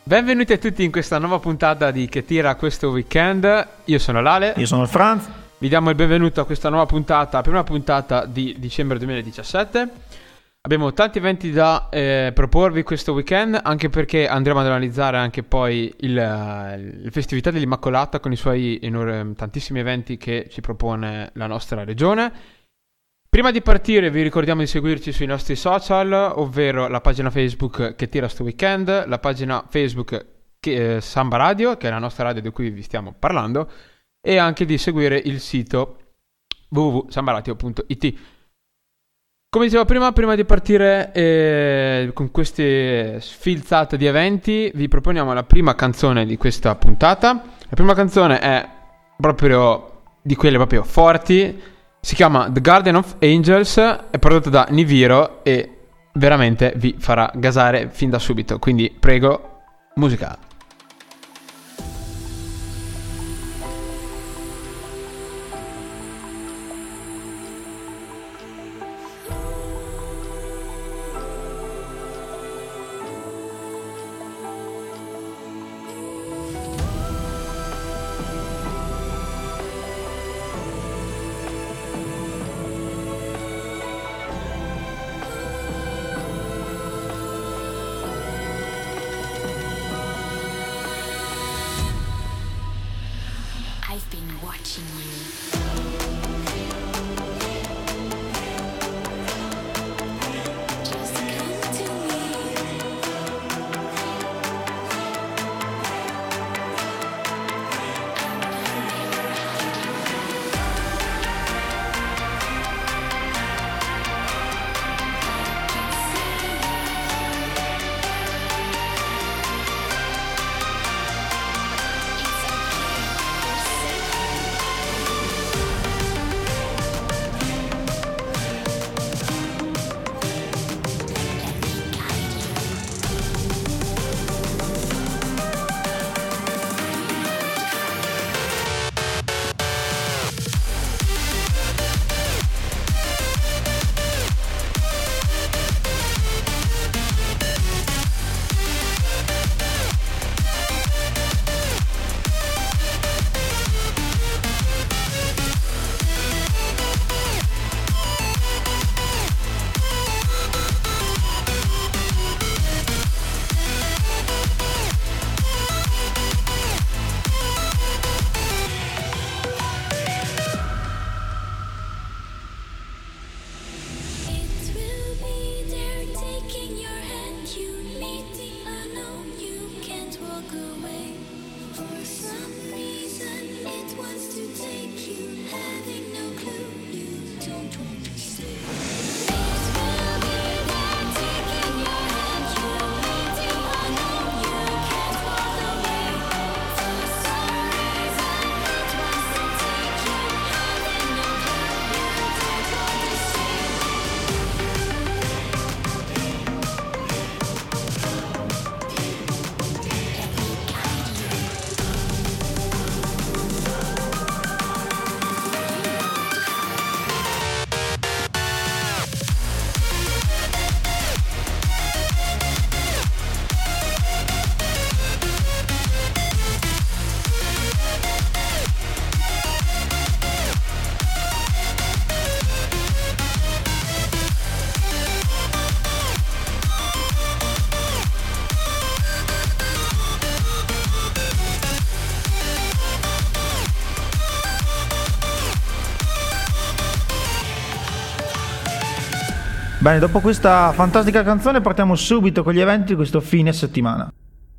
Benvenuti a tutti in questa nuova puntata di Che tira questo weekend. Io sono Lale. Io sono il Franz. Vi diamo il benvenuto a questa nuova puntata, prima puntata di dicembre 2017. Abbiamo tanti eventi da proporvi questo weekend, anche perché andremo ad analizzare anche poi le festività dell'Immacolata con i suoi tantissimi eventi che ci propone la nostra regione. Prima di partire vi ricordiamo di seguirci sui nostri social, ovvero la pagina Facebook Che tira sto weekend, la pagina Facebook Samba Radio, che è la nostra radio di cui vi stiamo parlando, e anche di seguire il sito www.sambaradio.it. Come dicevo prima di partire con queste sfilzate di eventi, vi proponiamo la prima canzone di questa puntata. La prima canzone è proprio di quelle proprio forti. Si chiama The Guardian of Angels, è prodotta da Niviro e veramente vi farà gasare fin da subito. Quindi prego, musica. Bene, dopo questa fantastica canzone partiamo subito con gli eventi di questo fine settimana.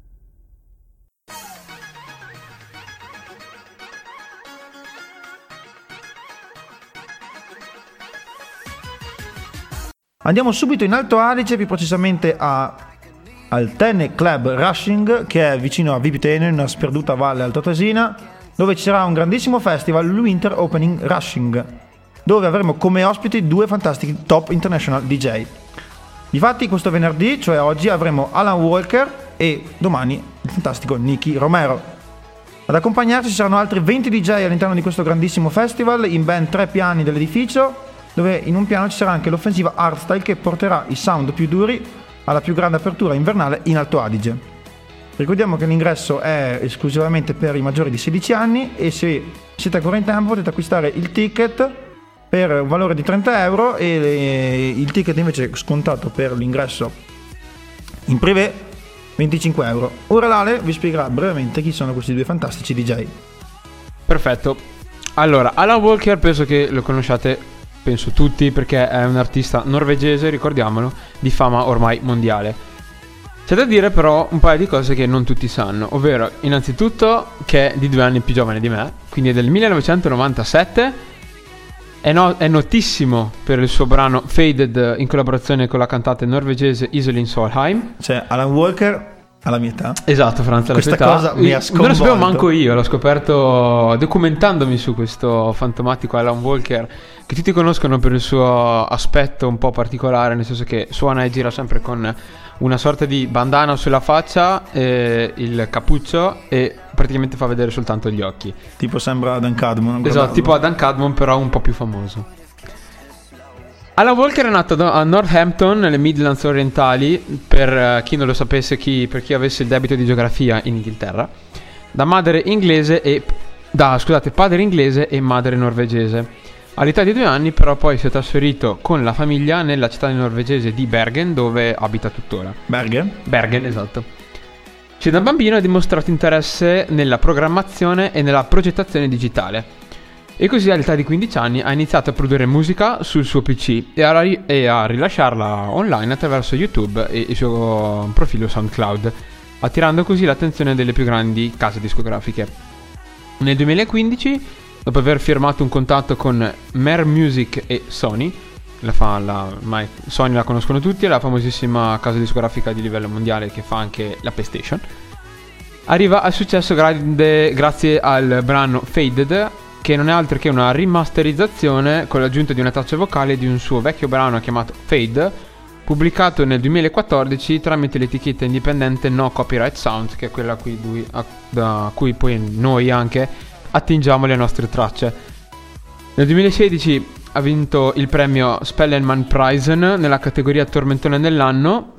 Andiamo subito in Alto Adige, più precisamente al Tene Club Rushing, che è vicino a Vipiteno, in una sperduta valle altoatesina, dove ci sarà un grandissimo festival, il Winter Opening Rushing, dove avremo come ospiti due fantastici top international DJ. Difatti questo venerdì, cioè oggi, avremo Alan Walker e domani il fantastico Nicky Romero. Ad accompagnarci ci saranno altri 20 DJ all'interno di questo grandissimo festival, in ben 3 piani dell'edificio, dove in un piano ci sarà anche l'offensiva hardstyle che porterà i sound più duri alla più grande apertura invernale in Alto Adige. Ricordiamo che l'ingresso è esclusivamente per i maggiori di 16 anni e se siete ancora in tempo potete acquistare il ticket per un valore di 30 euro e il ticket invece scontato per l'ingresso in privé 25 euro. Ora Lale vi spiegherà brevemente chi sono questi due fantastici DJ. Perfetto. Allora, Alan Walker penso che lo conosciate, penso tutti, perché è un artista norvegese, ricordiamolo, di fama ormai mondiale. C'è da dire però un paio di cose che non tutti sanno, ovvero innanzitutto che è di 2 anni più giovane di me, quindi è del 1997, è notissimo per il suo brano Faded in collaborazione con la cantante norvegese Iselin Solheim. Cioè Alan Walker alla mia età. Esatto, Franza, alla tua questa età. Cosa mi ha sconvolto. Non lo sapevo manco io, l'ho scoperto documentandomi su questo fantomatico Alan Walker, che tutti conoscono per il suo aspetto un po' particolare, nel senso che suona e gira sempre con una sorta di bandana sulla faccia, il cappuccio e praticamente fa vedere soltanto gli occhi. Tipo sembra Adam Cadmon. Esatto, tipo Adam Cadmon però un po' più famoso. Alan Walker è nato a Northampton, nelle Midlands orientali, per chi non lo sapesse, per chi avesse il debito di geografia in Inghilterra, padre inglese e madre norvegese. All'età di 2 anni però poi si è trasferito con la famiglia nella città norvegese di Bergen, dove abita tuttora. Bergen, esatto. Sin da bambino ha dimostrato interesse nella programmazione e nella progettazione digitale. E così all'età di 15 anni ha iniziato a produrre musica sul suo PC e a rilasciarla online attraverso YouTube e il suo profilo SoundCloud, attirando così l'attenzione delle più grandi case discografiche. Nel 2015, dopo aver firmato un contratto con Mer Music e Sony, Sony la conoscono tutti, è la famosissima casa discografica di livello mondiale che fa anche la PlayStation, arriva al successo grazie al brano Faded, che non è altro che una rimasterizzazione con l'aggiunta di una traccia vocale di un suo vecchio brano chiamato Fade, pubblicato nel 2014 tramite l'etichetta indipendente No Copyright Sound, che è quella da cui poi noi anche attingiamo le nostre tracce. Nel 2016 ha vinto il premio Spellemann's Prize nella categoria Tormentone dell'anno,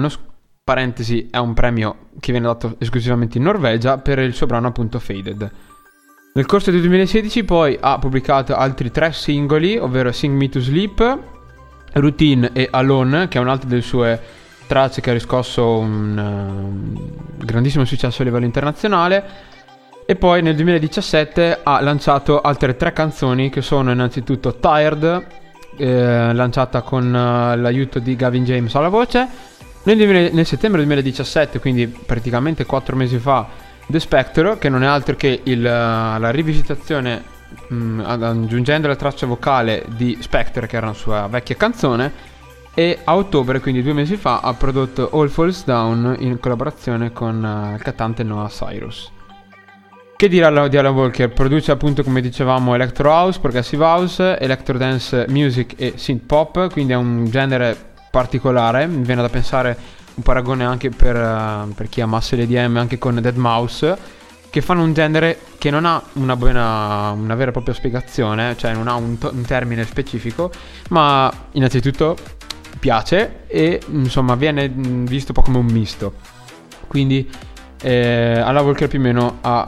parentesi, è un premio che viene dato esclusivamente in Norvegia, per il suo brano appunto Faded. Nel corso del 2016 poi ha pubblicato altri 3 singoli, ovvero Sing Me to Sleep, Routine e Alone, che è un'altra delle sue tracce che ha riscosso un grandissimo successo a livello internazionale. E poi nel 2017 ha lanciato altre 3 canzoni, che sono innanzitutto Tired, lanciata con l'aiuto di Gavin James alla voce. Nel settembre 2017, quindi praticamente 4 mesi fa, The Spectre, che non è altro che la rivisitazione aggiungendo la traccia vocale di Spectre, che era una sua vecchia canzone. E a ottobre, quindi 2 mesi fa, ha prodotto All Falls Down in collaborazione con il cantante Noah Cyrus. Che dire di Alan Walker? Produce appunto, come dicevamo, Electro House, Progressive House, Electro Dance Music e Synth Pop, quindi è un genere particolare. Mi viene da pensare un paragone anche per chi amasse l'EDM anche con Deadmau5, che fanno un genere che non ha una vera e propria spiegazione, cioè non ha un termine specifico, ma innanzitutto piace e insomma viene visto un po' come un misto. Quindi Alan Walker più o meno ha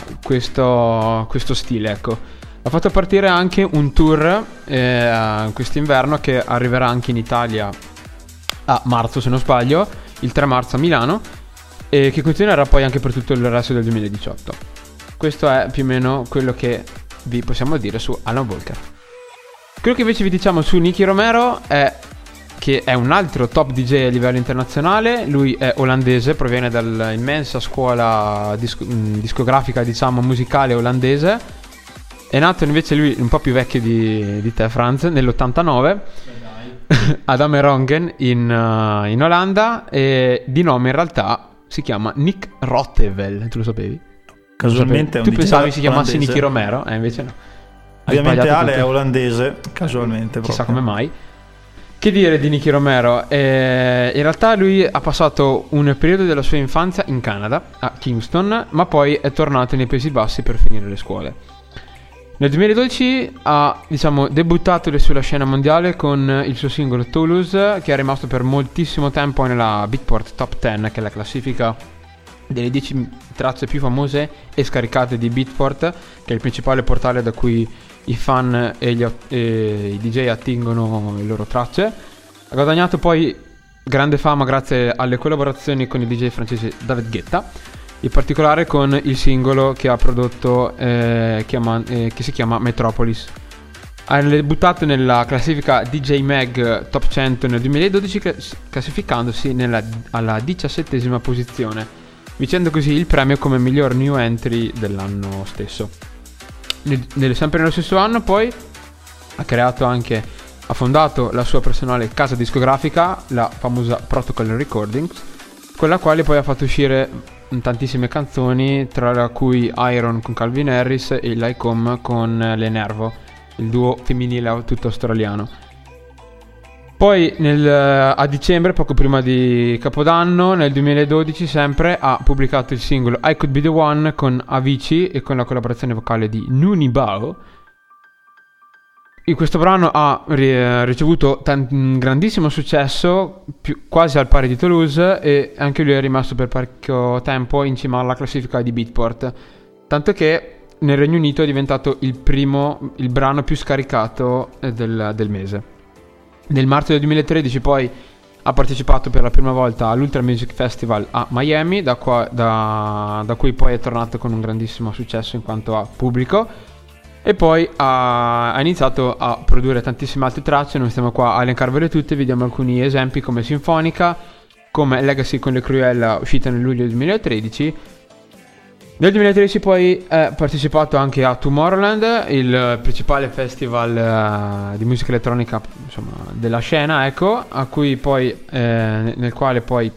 questo stile, ecco. Ha fatto partire anche un tour quest'inverno, che arriverà anche in Italia a marzo, se non sbaglio, il 3 marzo a Milano, e che continuerà poi anche per tutto il resto del 2018. Questo è più o meno quello che vi possiamo dire su Alan Walker. Quello che invece vi diciamo su Nicky Romero è che è un altro top DJ a livello internazionale. Lui è olandese, proviene dall'immensa scuola discografica, diciamo, musicale olandese. È nato invece lui un po' più vecchio di te, Franz, nell'89 ad Amerongen in Olanda, e di nome in realtà si chiama Nick Rottevel. Tu lo sapevi? Casualmente è un tu pensavi si chiamasse olandese. Nicky Romero, invece no. Ovviamente Ale è olandese, casualmente. Chissà come mai. Che dire di Nicky Romero? In realtà lui ha passato un periodo della sua infanzia in Canada, a Kingston, ma poi è tornato nei Paesi Bassi per finire le scuole. Nel 2012 ha, debuttato sulla scena mondiale con il suo singolo Toulouse, che è rimasto per moltissimo tempo nella Beatport Top 10, che è la classifica delle 10 tracce più famose e scaricate di Beatport, che è il principale portale da cui i fan e i DJ attingono le loro tracce. Ha guadagnato poi grande fama grazie alle collaborazioni con il DJ francese David Guetta, in particolare con il singolo che ha prodotto che si chiama Metropolis. Ha debuttato nella classifica DJ Mag Top 100 nel 2012, classificandosi alla 17ª posizione, vincendo così il premio come miglior new entry dell'anno stesso. Sempre nello stesso anno poi ha fondato la sua personale casa discografica, la famosa Protocol Recordings, con la quale poi ha fatto uscire tantissime canzoni, tra cui Iron con Calvin Harris e Lycom con Le Nervo, il duo femminile tutto australiano. Poi a dicembre, poco prima di Capodanno, nel 2012 sempre, ha pubblicato il singolo I Could Be The One con Avicii e con la collaborazione vocale di Nuni Bao. In questo brano ha ricevuto un grandissimo successo, quasi al pari di Toulouse, e anche lui è rimasto per parecchio tempo in cima alla classifica di Beatport, tanto che nel Regno Unito è diventato il brano più scaricato del mese. Nel marzo del 2013 poi ha partecipato per la prima volta all'Ultra Music Festival a Miami, da cui poi è tornato con un grandissimo successo in quanto a pubblico, e poi ha iniziato a produrre tantissime altre tracce. Non stiamo qua a elencarvele tutte, vediamo alcuni esempi come Sinfonica, come Legacy con le Cruella, uscita nel luglio 2013. Nel 2013 poi è partecipato anche a Tomorrowland, il principale festival di musica elettronica, insomma, della scena, ecco, nel quale poi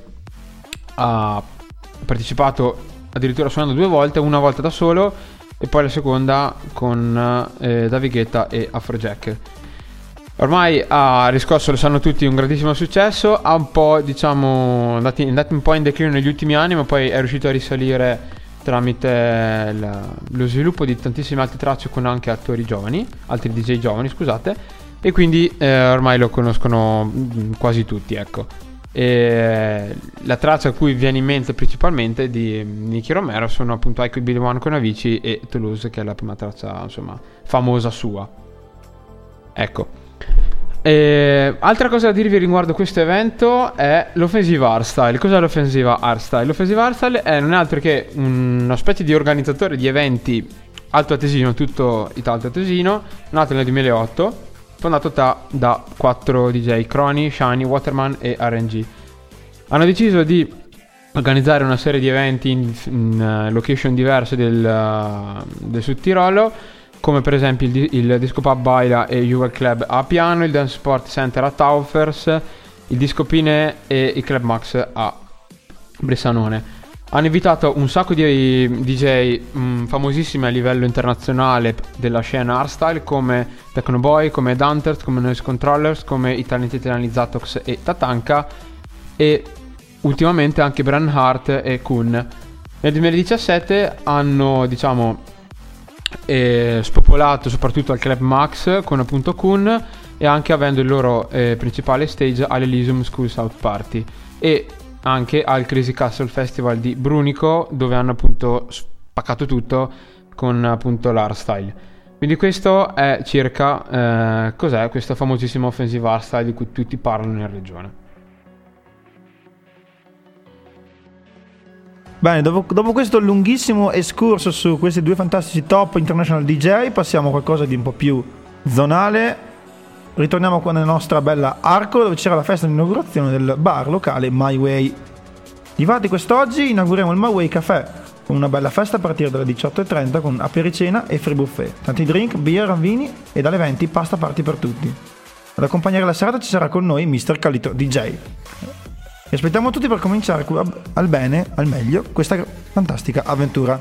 ha partecipato addirittura suonando 2 volte, una volta da solo e poi la seconda con David Guetta e Afrojack. Ormai ha riscosso, lo sanno tutti, un grandissimo successo, ha un po', diciamo, andato un po' in declino negli ultimi anni, ma poi è riuscito a risalire tramite lo sviluppo di tantissime altre tracce con anche altri DJ giovani, scusate, e quindi ormai lo conoscono quasi tutti, ecco. E la traccia a cui viene in mente principalmente di Nicky Romero sono appunto I Could Be The One con Avicii e Toulouse, che è la prima traccia, insomma, famosa sua, ecco. Altra cosa da dirvi riguardo questo evento è l'Offensive Hardstyle. Cos'è l'Offensive Hardstyle? L'Offensive Hardstyle non è altro che una specie di organizzatore di eventi altoatesino, tutto italtoatesino, nato nel 2008, fondato da 4 DJ: Crony, Shiny, Waterman e RNG. Hanno deciso di organizzare una serie di eventi in location diverse del Sud Tirolo, come per esempio il Disco Pub Baila e Juvel Club a Piano, il Dance Sport Center a Taufers, il Disco Pine e il Club Max a Bressanone. Hanno invitato un sacco di DJ famosissimi a livello internazionale della scena hardstyle, come Technoboy, come Danters, come Noise Controllers, come i talenti italiani Zatox e Tatanka, e ultimamente anche Bran Hart e Kun. Nel 2017 hanno, diciamo, spopolato soprattutto al Club Max con appunto Kun, e anche avendo il loro principale stage all'Elysium School South Party, e anche al Crazy Castle Festival di Brunico, dove hanno appunto spaccato tutto con appunto l'hardstyle. Quindi questo è circa cos'è questo famosissimo Offensive Hardstyle di cui tutti parlano in regione. Bene, dopo questo lunghissimo escurso su questi 2 fantastici top international DJ, passiamo a qualcosa di un po' più zonale. Ritorniamo qua nella nostra bella Arco, dove c'era la festa di inaugurazione del bar locale My Way. Difatti quest'oggi inauguriamo il My Way Café, con una bella festa a partire dalle 18:30 con apericena e free buffet, tanti drink, beer, vini e dalle 20 pasta party per tutti. Ad accompagnare la serata ci sarà con noi Mr. Calito DJ. Vi aspettiamo tutti per cominciare al bene, al meglio, questa fantastica avventura.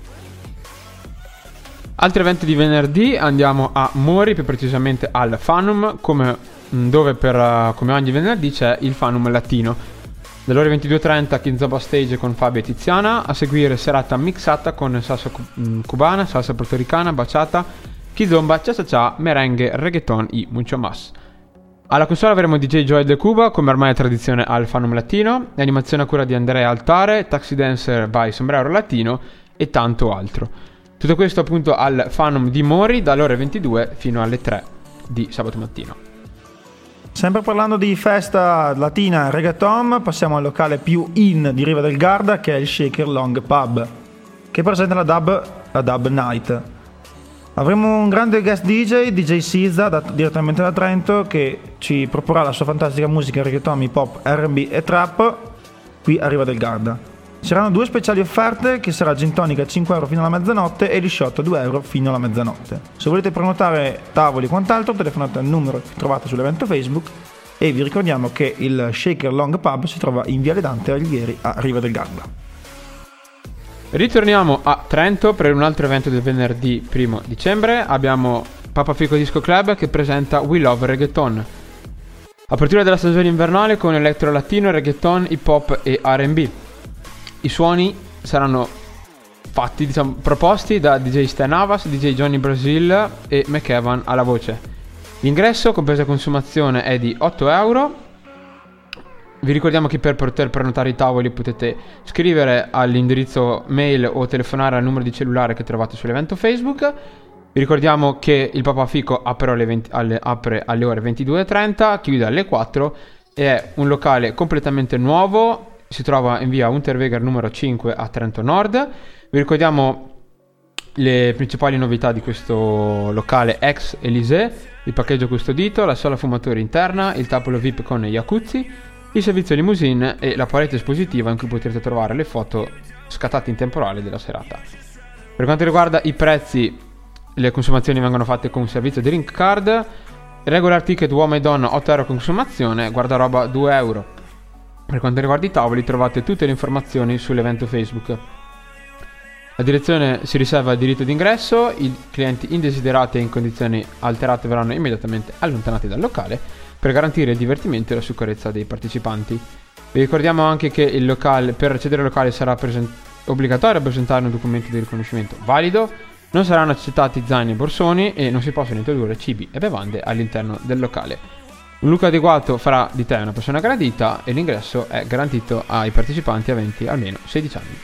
Altri eventi di venerdì: andiamo a Mori, più precisamente al Fanum, dove come ogni venerdì c'è il Fanum latino. Dalle ore 22:30 Kizomba Stage con Fabio e Tiziana, a seguire serata mixata con salsa cubana, salsa portoricana, bachata, kizomba, cha cha cha, merengue, reggaeton y mucho más. Alla console avremo DJ Joel De Cuba, come ormai è tradizione al Fanum Latino, animazione a cura di Andrea Altare, Taxi Dancer by Sombrero Latino e tanto altro. Tutto questo appunto al Fanum di Mori dalle ore 22 fino alle 3 di sabato mattino. Sempre parlando di festa latina e reggaeton, passiamo al locale più in di Riva del Garda, che è il Shaker Long Pub, che presenta la Dub Night. Avremo un grande guest DJ Sizza, direttamente da Trento, che ci proporrà la sua fantastica musica reggaeton, hip hop, R&B e trap qui a Riva del Garda. Ci saranno 2 speciali offerte, che sarà gin tonic a 5 euro fino alla mezzanotte e lisciotto a 2 euro fino alla mezzanotte. Se volete prenotare tavoli e quant'altro, telefonate al numero che trovate sull'evento Facebook, e vi ricordiamo che il Shaker Long Pub si trova in Viale Dante Alighieri a Riva del Garda. Ritorniamo a Trento per un altro evento del venerdì 1 dicembre. Abbiamo Papa Fico Disco Club che presenta We Love Reggaeton. Apertura della stagione invernale con electro latino, reggaeton, hip hop e R&B. I suoni saranno fatti, proposti da DJ Stan Havas, DJ Johnny Brazil e McEvan alla voce. L'ingresso, compresa consumazione, è di 8 euro. Vi ricordiamo che per poter prenotare i tavoli potete scrivere all'indirizzo mail o telefonare al numero di cellulare che trovate sull'evento Facebook. Vi ricordiamo che il Papa Fico apre alle ore 22:30, chiude alle 4, e è un locale completamente nuovo, si trova in via Unterweger numero 5 a Trento Nord. Vi ricordiamo le principali novità di questo locale ex Elysée: il parcheggio custodito, la sala fumatori interna, il tavolo VIP con jacuzzi, il servizio limousine e la parete espositiva in cui potrete trovare le foto scattate in tempo reale della serata. Per quanto riguarda i prezzi, le consumazioni vengono fatte con un servizio di drink card, regular ticket uomo e donna 8 euro consumazione, guardaroba 2 euro. Per quanto riguarda i tavoli, trovate tutte le informazioni sull'evento Facebook. La direzione si riserva il diritto d'ingresso, i clienti indesiderati e in condizioni alterate verranno immediatamente allontanati dal locale per garantire il divertimento e la sicurezza dei partecipanti. Vi ricordiamo anche che per accedere al locale sarà obbligatorio presentare un documento di riconoscimento valido, non saranno accettati zaini e borsoni e non si possono introdurre cibi e bevande all'interno del locale. Un look adeguato farà di te una persona gradita e l'ingresso è garantito ai partecipanti aventi almeno 16 anni.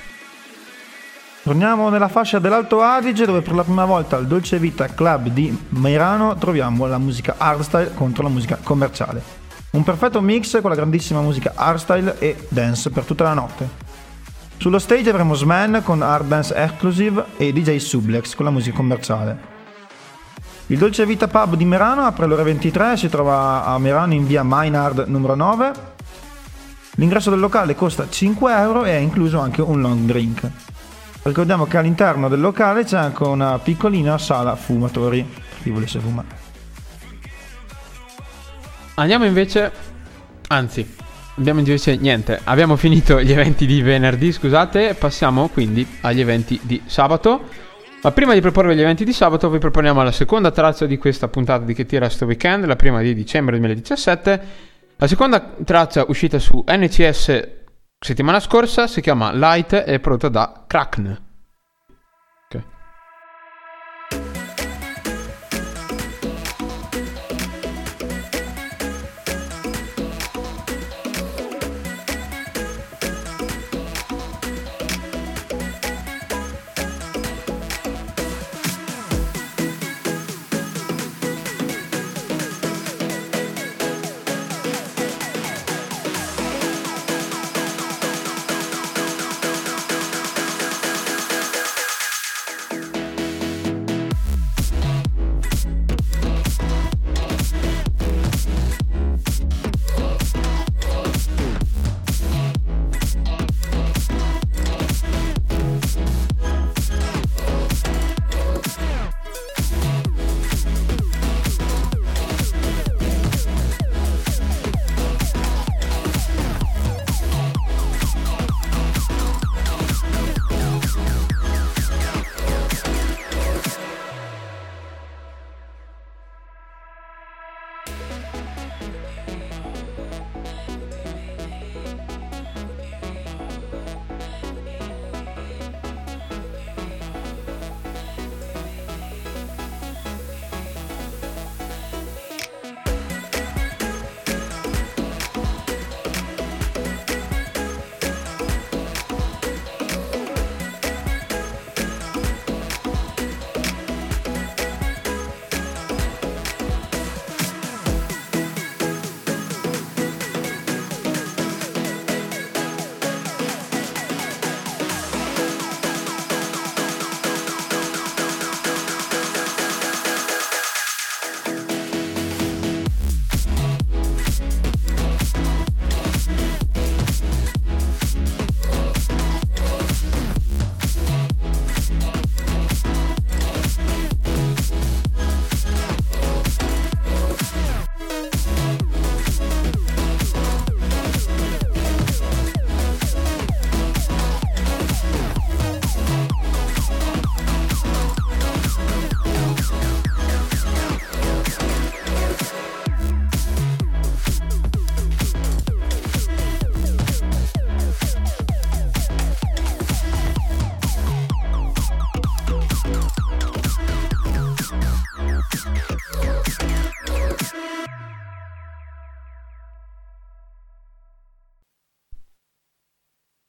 Torniamo nella fascia dell'Alto Adige, dove per la prima volta al Dolce Vita Club di Merano troviamo la musica hardstyle contro la musica commerciale. Un perfetto mix con la grandissima musica hardstyle e dance per tutta la notte. Sullo stage avremo Sman con Hard Dance Exclusive e DJ Sublex con la musica commerciale. Il Dolce Vita Pub di Merano apre alle ore 23, si trova a Merano in via Maynard numero 9. L'ingresso del locale costa 5 euro e è incluso anche un long drink. Ricordiamo che all'interno del locale c'è anche una piccolina sala fumatori, per chi volesse fumare. Abbiamo finito gli eventi di venerdì, scusate, passiamo quindi agli eventi di sabato. Ma prima di proporre gli eventi di sabato vi proponiamo la seconda traccia di questa puntata di Che Tira Sto Weekend, la prima di dicembre 2017. La seconda traccia uscita su NCS settimana scorsa si chiama Light e è prodotta da Krakn.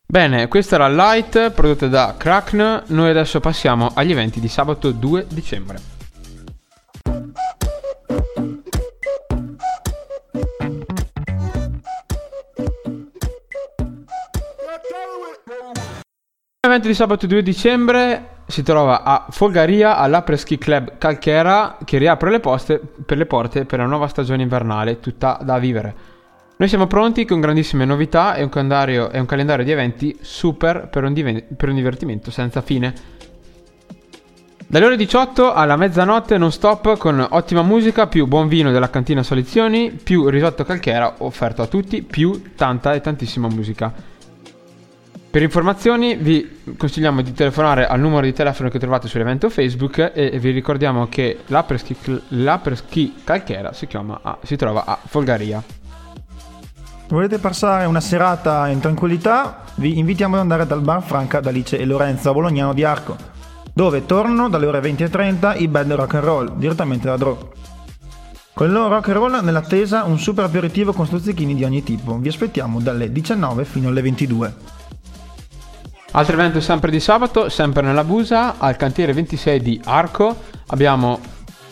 Bene, questa era Light, prodotta da Crackn. Noi adesso passiamo agli eventi di sabato 2 dicembre. L'evento di sabato 2 dicembre si trova a Folgaria all'Apres-Ski Club Calchera, che riapre le porte per la nuova stagione invernale, tutta da vivere. Noi siamo pronti con grandissime novità e un calendario di eventi super per un divertimento senza fine. Dalle ore 18 alla mezzanotte non stop con ottima musica, più buon vino della cantina Soluzioni, più risotto calchera offerto a tutti, più tanta e tantissima musica. Per informazioni vi consigliamo di telefonare al numero di telefono che trovate sull'evento Facebook e vi ricordiamo che l'Apres-Ski Calchera si trova a Folgaria. Volete passare una serata in tranquillità? Vi invitiamo ad andare dal bar Franca d'Alice e Lorenzo a Bolognano di Arco, dove tornano dalle ore 20:30 i band rock and roll direttamente da Draw. Con il loro rock and roll nell'attesa un super aperitivo con stuzzichini di ogni tipo. Vi aspettiamo dalle 19 fino alle 22. Altro evento sempre di sabato, sempre nella Busa, al cantiere 26 di Arco abbiamo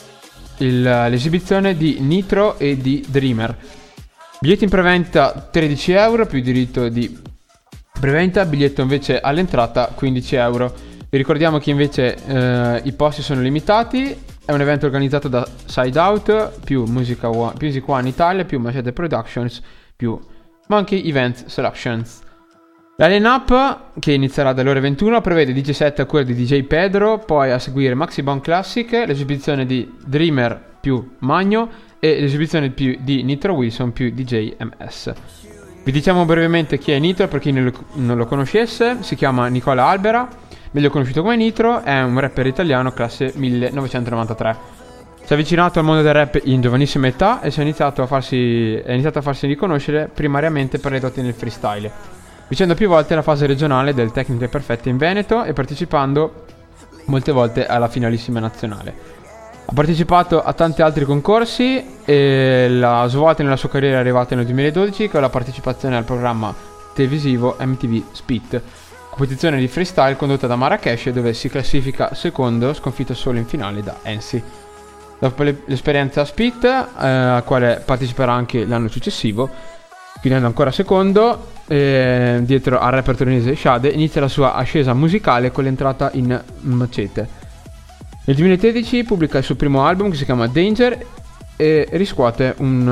l'esibizione di Nitro e di Dreamer. Biglietti in preventa 13 euro più diritto di preventa, biglietto invece all'entrata 15 euro. Vi ricordiamo che invece i posti sono limitati, è un evento organizzato da Side Out, più Music One Italia, più Machete Productions, più Monkey Event Selections. La line-up, che inizierà dalle ore 21, prevede DJ set a cura di DJ Pedro, poi a seguire Maxi Bon Classic, l'esibizione di Dreamer più Magno e l'esibizione di Nitro Wilson più DJ MS. Vi diciamo brevemente chi è Nitro per chi non lo conoscesse. Si chiama Nicola Albera, meglio conosciuto come Nitro, è un rapper italiano classe 1993. Si è avvicinato al mondo del rap in giovanissima età e è iniziato a farsi riconoscere primariamente per le doti nel freestyle, vincendo più volte la fase regionale del Tecniche Perfette in Veneto e partecipando molte volte alla finalissima nazionale. Ha partecipato a tanti altri concorsi e la svolta nella sua carriera è arrivata nel 2012 con la partecipazione al programma televisivo MTV Spit, competizione di freestyle condotta da Marrakesh, dove si classifica secondo, sconfitto solo in finale da Ensi. Dopo l'esperienza Spit, a quale parteciperà anche l'anno successivo, finendo ancora secondo, dietro al rapper torinese Shade, inizia la sua ascesa musicale con l'entrata in Machete. Nel 2013 pubblica il suo primo album che si chiama Danger e riscuote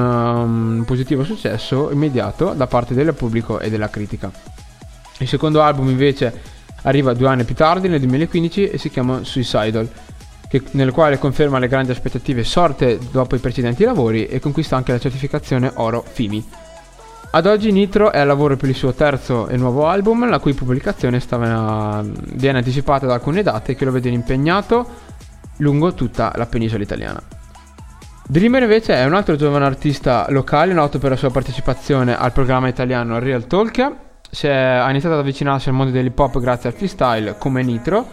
un positivo successo immediato da parte del pubblico e della critica. Il secondo album invece arriva 2 anni più tardi, nel 2015, e si chiama Suicidal, nel quale conferma le grandi aspettative sorte dopo i precedenti lavori e conquista anche la certificazione Oro FIMI. Ad oggi Nitro è al lavoro per il suo terzo e nuovo album, la cui pubblicazione viene anticipata da alcune date che lo vedono impegnato lungo tutta la penisola italiana. Dreamer invece è un altro giovane artista locale noto per la sua partecipazione al programma italiano Real Talk. Ha iniziato ad avvicinarsi al mondo dell'hip hop grazie al freestyle come Nitro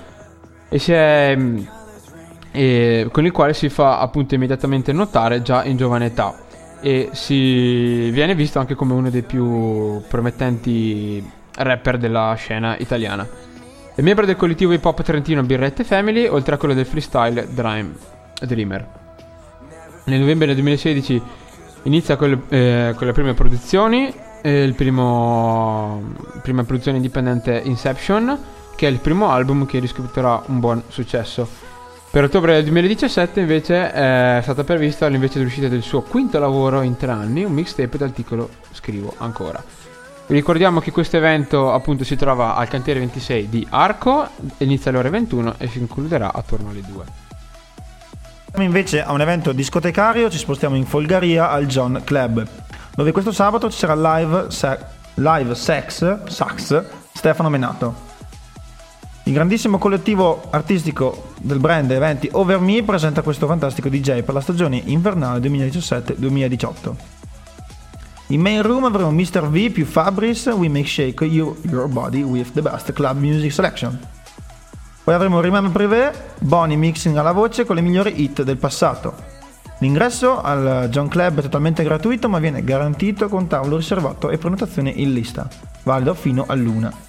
e con il quale si fa appunto immediatamente notare già in giovane età e si viene visto anche come uno dei più promettenti rapper della scena italiana. È membro del collettivo hip hop trentino Birrette Family, oltre a quello del freestyle Dreamer. Nel novembre del 2016 inizia con le prime produzioni, prima produzione indipendente Inception, che è il primo album che riscuoterà un buon successo. Per ottobre del 2017 invece è stata prevista invece l'uscita del suo quinto lavoro in 3 anni, un mixtape dal titolo Scrivo Ancora. Vi ricordiamo che questo evento appunto si trova al cantiere 26 di Arco, inizia alle ore 21 e si concluderà attorno alle 2. Invece a un evento discotecario ci spostiamo in Folgaria al John Club, dove questo sabato ci sarà live Sax Stefano Menato. Il grandissimo collettivo artistico del brand eventi Over Me presenta questo fantastico DJ per la stagione invernale 2017-2018. In main room avremo Mr. V più Fabris, We Make Shake Your Body with the Best Club Music Selection. Poi avremo Remember Privé, Bonnie mixing alla voce con le migliori hit del passato. L'ingresso al John Club è totalmente gratuito, ma viene garantito con tavolo riservato e prenotazione in lista, valido fino all'1.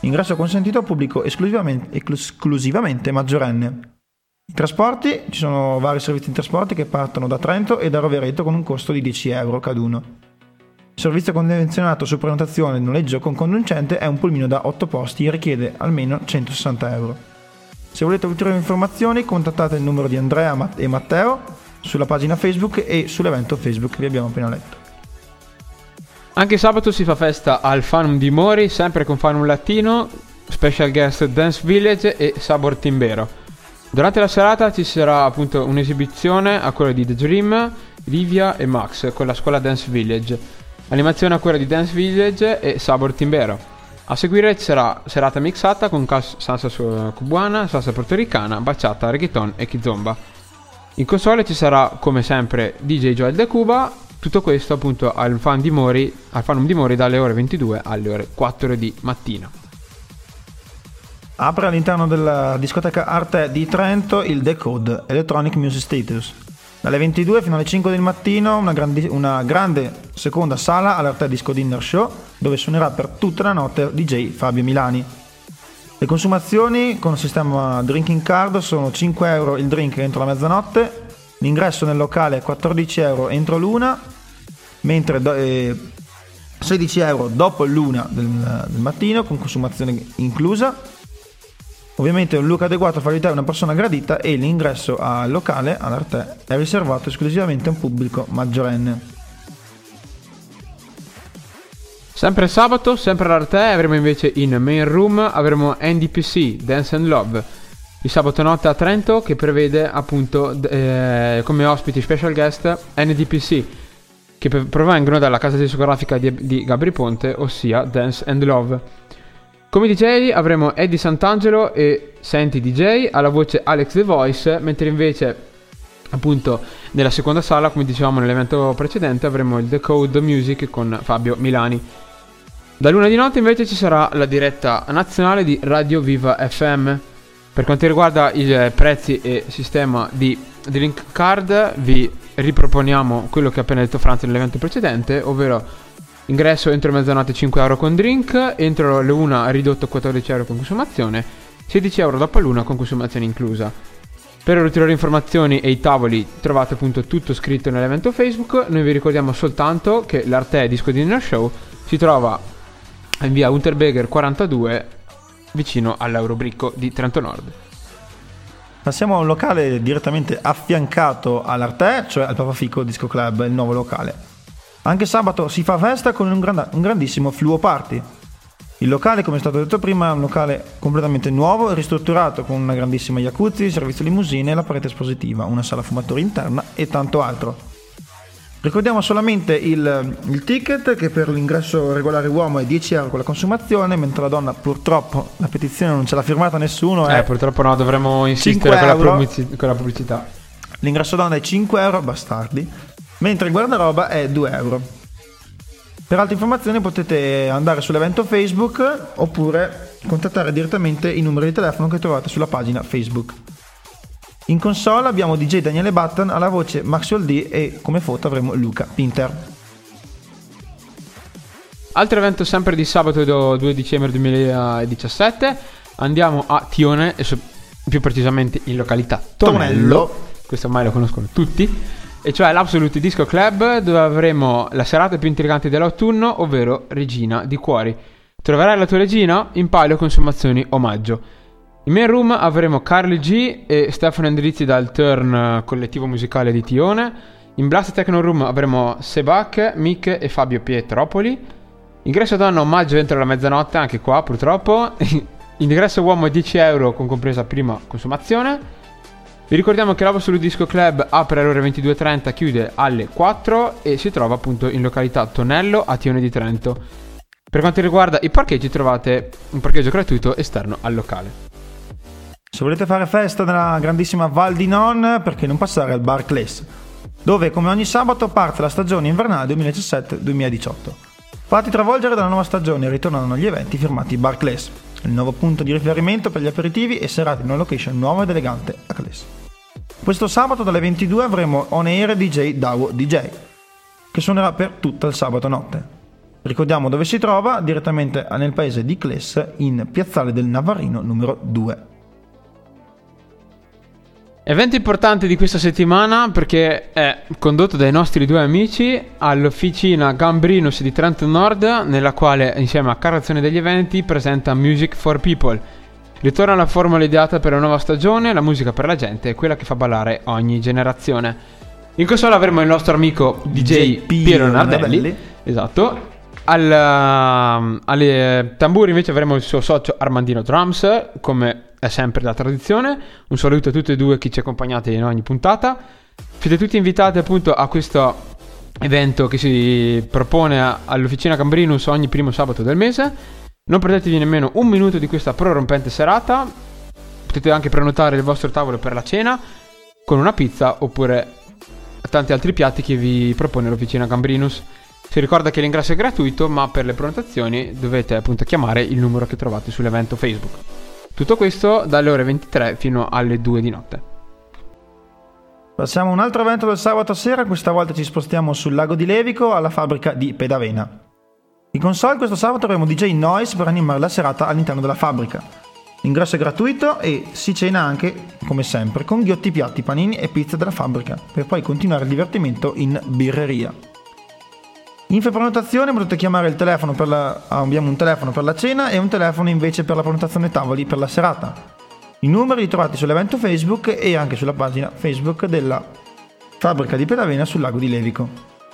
Ingresso consentito al pubblico esclusivamente maggiorenne. I trasporti, ci sono vari servizi di trasporti che partono da Trento e da Rovereto con un costo di 10 euro caduno. Il servizio convenzionato su prenotazione e noleggio con conducente è un pulmino da 8 posti e richiede almeno 160 euro. Se volete ulteriori informazioni contattate il numero di Andrea e Matteo sulla pagina Facebook e sull'evento Facebook che vi abbiamo appena letto. Anche sabato si fa festa al Fanum di Mori, sempre con Fanum Latino, special guest Dance Village e Sabor Timbero. Durante la serata ci sarà appunto un'esibizione a cura di The Dream, Livia e Max con la scuola Dance Village, animazione a cura di Dance Village e Sabor Timbero. A seguire ci sarà serata mixata con salsa cubana, salsa portoricana, bachata, reggaeton e kizomba. In console ci sarà come sempre DJ Joel De Cuba, tutto questo appunto al Fanum di Mori dalle ore 22 alle ore 4 di mattina. Apre all'interno della discoteca Arte di Trento il The Code Electronic Music Status. Dalle 22 fino alle 5 del mattino una grande seconda sala all'Arte Disco Dinner Show dove suonerà per tutta la notte DJ Fabio Milani. Le consumazioni con il sistema drinking card sono 5 euro il drink entro la mezzanotte, l'ingresso nel locale è 14 euro entro l'una, mentre 16 euro dopo l'una del mattino con consumazione inclusa. Ovviamente un look adeguato fa di te una persona gradita e l'ingresso al locale, all'Arte, è riservato esclusivamente a un pubblico maggiorenne. Sempre sabato, sempre all'Arte, avremo invece in Main Room avremo NDPC, Dance and Love, il sabato notte a Trento che prevede appunto come ospiti special guest NDPC che provengono dalla casa discografica di Gabri Ponte, ossia Dance and Love. Come DJ avremo Eddie Sant'Angelo e Senti DJ, alla voce Alex The Voice, mentre invece appunto nella seconda sala, come dicevamo nell'evento precedente, avremo il The Code Music con Fabio Milani. Da luna di notte invece ci sarà la diretta nazionale di Radio Viva FM. Per quanto riguarda i prezzi e sistema di link card vi riproponiamo quello che ha appena detto Franz nell'evento precedente, ovvero ingresso entro mezzanotte 5 euro con drink, entro le 1 ridotto 14 euro con consumazione, 16 euro dopo l'una con consumazione inclusa. Per ulteriori informazioni e i tavoli trovate appunto tutto scritto nell'evento Facebook. Noi vi ricordiamo soltanto che l'Arte Disco Dinner Show si trova in via Unterberger 42 vicino all'Eurobricco di Trento Nord. Passiamo a un locale direttamente affiancato all'Arte, cioè al Papa Fico Disco Club, il nuovo locale. Anche sabato si fa festa con un grandissimo Fluo Party. Il locale, come è stato detto prima, è un locale completamente nuovo e ristrutturato con una grandissima jacuzzi, servizio limousine, la parete espositiva, una sala fumatori interna e tanto altro. Ricordiamo solamente il ticket che per l'ingresso regolare uomo è 10 euro con la consumazione, mentre la donna purtroppo la petizione non ce l'ha firmata nessuno. Purtroppo no, dovremmo insistere con la pubblicità. L'ingresso donna è 5 euro, bastardi. Mentre il guardaroba è 2 euro. Per altre informazioni potete andare sull'evento Facebook oppure contattare direttamente i numeri di telefono che trovate sulla pagina Facebook. In console abbiamo DJ Daniele Button alla voce Maxwell D e come foto avremo Luca Pinter. Altro evento sempre di sabato 2 dicembre 2017, andiamo a Tione e più precisamente in località Tonello. Questo ormai lo conoscono tutti. E cioè l'Absolute Disco Club, dove avremo la serata più intrigante dell'autunno, ovvero Regina di Cuori. Troverai la tua regina? In palio consumazioni omaggio. In Main Room avremo Carly G e Stefano Endrizzi dal Turn collettivo musicale di Tione. In Blast Techno Room avremo Sebak, Mick e Fabio Pietropoli. Ingresso donna omaggio entro la mezzanotte, anche qua purtroppo. Ingresso uomo 10 euro con compresa prima consumazione. Vi ricordiamo che l'Absolute Disco Club apre alle ore 22.30, chiude alle 4 e si trova appunto in località Tonello a Tione di Trento. Per quanto riguarda i parcheggi trovate un parcheggio gratuito esterno al locale. Se volete fare festa nella grandissima Val di Non, perché non passare al Bar Class, dove come ogni sabato parte la stagione invernale 2017-2018. Fatti travolgere dalla nuova stagione e ritornano gli eventi firmati Bar Class, il nuovo punto di riferimento per gli aperitivi e serate in una location nuova ed elegante a Class. Questo sabato dalle 22 avremo on air DJ Dawo DJ, che suonerà per tutta il sabato notte. Ricordiamo dove si trova, direttamente nel paese di Cles, in Piazzale del Navarino numero 2. Evento importante di questa settimana perché è condotto dai nostri due amici all'officina Gambrinus di Trento Nord, nella quale insieme a Carrozzone degli Eventi presenta Music for People. Ritorna la formula ideata per la nuova stagione, la musica per la gente è quella che fa ballare ogni generazione. In console avremo il nostro amico DJ Piero Nardelli. Esatto. Alle tamburi invece avremo il suo socio Armandino Drums, come è sempre la tradizione. Un saluto a tutti e due chi ci accompagnate in ogni puntata. Siete tutti invitati appunto a questo evento che si propone all'officina Gambrinus ogni primo sabato del mese. Non perdetevi nemmeno un minuto di questa prorompente serata. Potete anche prenotare il vostro tavolo per la cena con una pizza oppure tanti altri piatti che vi propone l'officina Gambrinus. Si ricorda che l'ingresso è gratuito, ma per le prenotazioni dovete appunto chiamare il numero che trovate sull'evento Facebook. Tutto questo dalle ore 23 fino alle 2 di notte. Passiamo a un altro evento del sabato sera, questa volta ci spostiamo sul lago di Levico alla fabbrica di Pedavena. In console questo sabato avremo DJ Noise per animare la serata all'interno della fabbrica. L'ingresso è gratuito e si cena anche, come sempre, con ghiotti, piatti, panini e pizza della fabbrica, per poi continuare il divertimento in birreria. Info prenotazione, potete chiamare il telefono abbiamo un telefono per la cena e un telefono invece per la prenotazione tavoli per la serata. I numeri li trovate sull'evento Facebook e anche sulla pagina Facebook della fabbrica di Pedavena sul lago di Levico.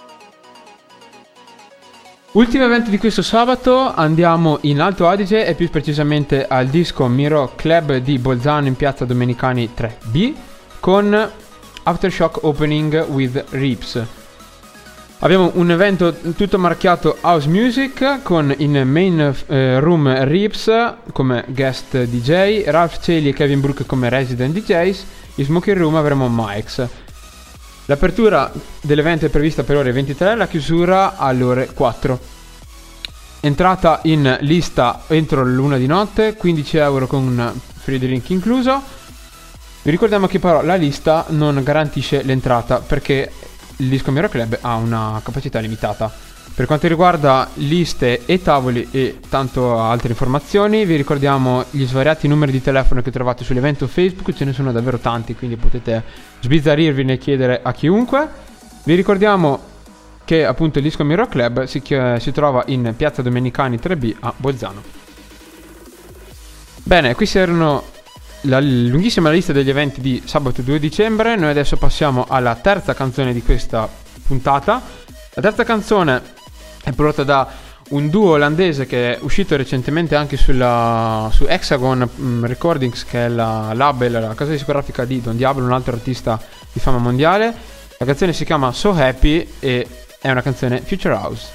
Ultimo evento di questo sabato, andiamo in Alto Adige e più precisamente al Disco Miro Club di Bolzano in piazza Domenicani 3B con Aftershock Opening with Rips. Abbiamo un evento tutto marchiato House Music con in main room Rips come guest DJ, Ralph Celi e Kevin Brook come resident DJs, in smoking room avremo Mike's. L'apertura dell'evento è prevista per ore 23, la chiusura alle ore 4. Entrata in lista entro l'1 di notte, 15 euro con free drink incluso. Vi ricordiamo che però la lista non garantisce l'entrata perché il Disco Miro Club ha una capacità limitata. Per quanto riguarda liste e tavoli e tanto altre informazioni, vi ricordiamo gli svariati numeri di telefono che trovate sull'evento Facebook, ce ne sono davvero tanti, quindi potete sbizzarrirvi nel chiedere a chiunque. Vi ricordiamo che appunto il Disco Miro Club si trova in piazza Domenicani 3B a Bolzano. Bene, questi erano la lunghissima lista degli eventi di sabato 2 dicembre. Noi adesso passiamo alla terza canzone di questa puntata. La terza canzone è prodotta da un duo olandese che è uscito recentemente anche su Hexagon Recordings, che è la label, la casa discografica di Don Diablo, un altro artista di fama mondiale. La canzone si chiama So Happy e è una canzone Future House.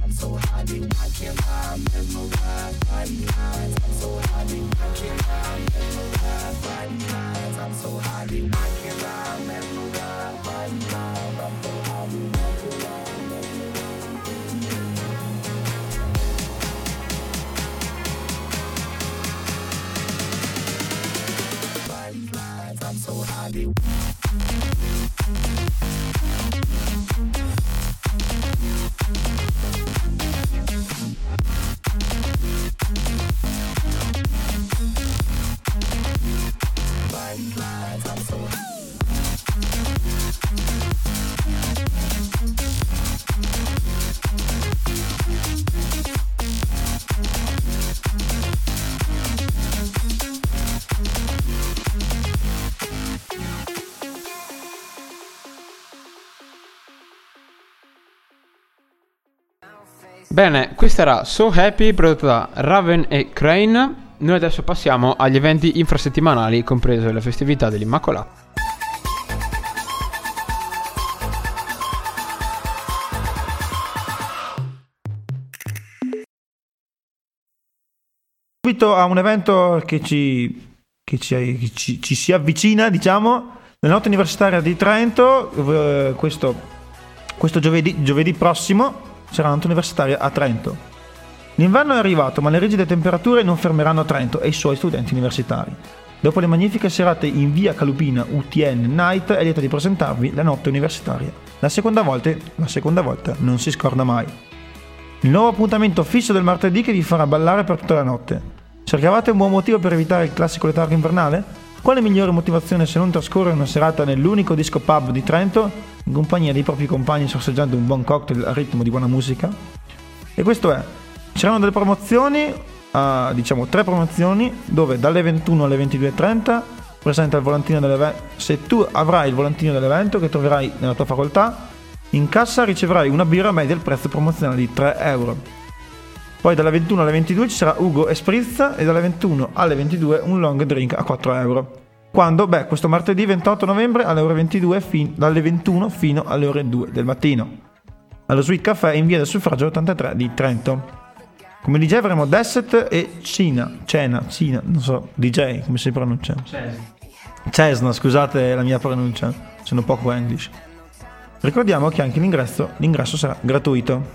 I'm so happy, I can't Bene, questa era So Happy, prodotta da Raven e Crane. Noi adesso passiamo agli eventi infrasettimanali, comprese le festività dell'Immacolata. Subito a un evento che ci si avvicina, diciamo, la notte universitaria di Trento. Questo giovedì prossimo sarà la notte universitaria a Trento. L'inverno è arrivato, ma le rigide temperature non fermeranno Trento e i suoi studenti universitari. Dopo le magnifiche serate in via Calupina UTN Night, è lieta di presentarvi la notte universitaria. La seconda volta non si scorda mai. Il nuovo appuntamento fisso del martedì che vi farà ballare per tutta la notte. Cercavate un buon motivo per evitare il classico letargo invernale? Quale migliore motivazione se non trascorrere una serata nell'unico disco pub di Trento in compagnia dei propri compagni, sorseggiando un buon cocktail al ritmo di buona musica? E questo è. C'erano delle promozioni, diciamo 3 promozioni, dove dalle 21 alle 22:30 presenta il volantino dell'evento. Se tu avrai il volantino dell'evento che troverai nella tua facoltà, in cassa riceverai una birra media al prezzo promozionale di 3 euro. Poi dalle 21 alle 22 ci sarà Ugo e Spritz, e dalle 21 alle 22 un long drink a 4 euro. Quando? Questo martedì 28 novembre alle ore 22 dalle 21 fino alle ore 2 del mattino, allo Sweet Café in via del Suffragio 83 di Trento. Come DJ avremo Desset e Cina, non so, DJ, come si pronuncia? Cesna, scusate la mia pronuncia, sono poco English. Ricordiamo che anche l'ingresso sarà gratuito.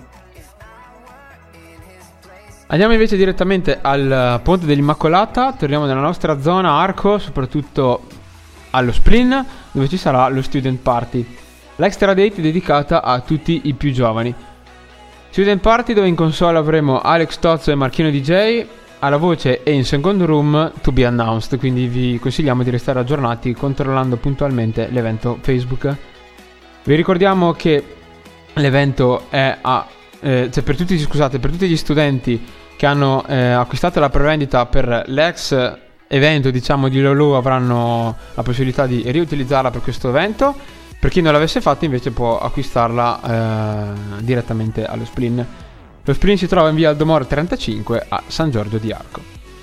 Andiamo invece direttamente al Ponte dell'Immacolata, torniamo nella nostra zona Arco, soprattutto allo Splin, dove ci sarà lo Student Party, l'extra date dedicata a tutti i più giovani. Student Party dove in console avremo Alex Tozzo e Marchino DJ, alla voce e in second room to be announced, quindi vi consigliamo di restare aggiornati controllando puntualmente l'evento Facebook. Vi ricordiamo che l'evento è per tutti gli studenti che hanno acquistato la prevendita per l'ex evento, diciamo, di Lolo, avranno la possibilità di riutilizzarla per questo evento. Per chi non l'avesse fatto invece può acquistarla direttamente allo Splin. Lo Splin si trova in via Aldomoro 35 a San Giorgio di Arco.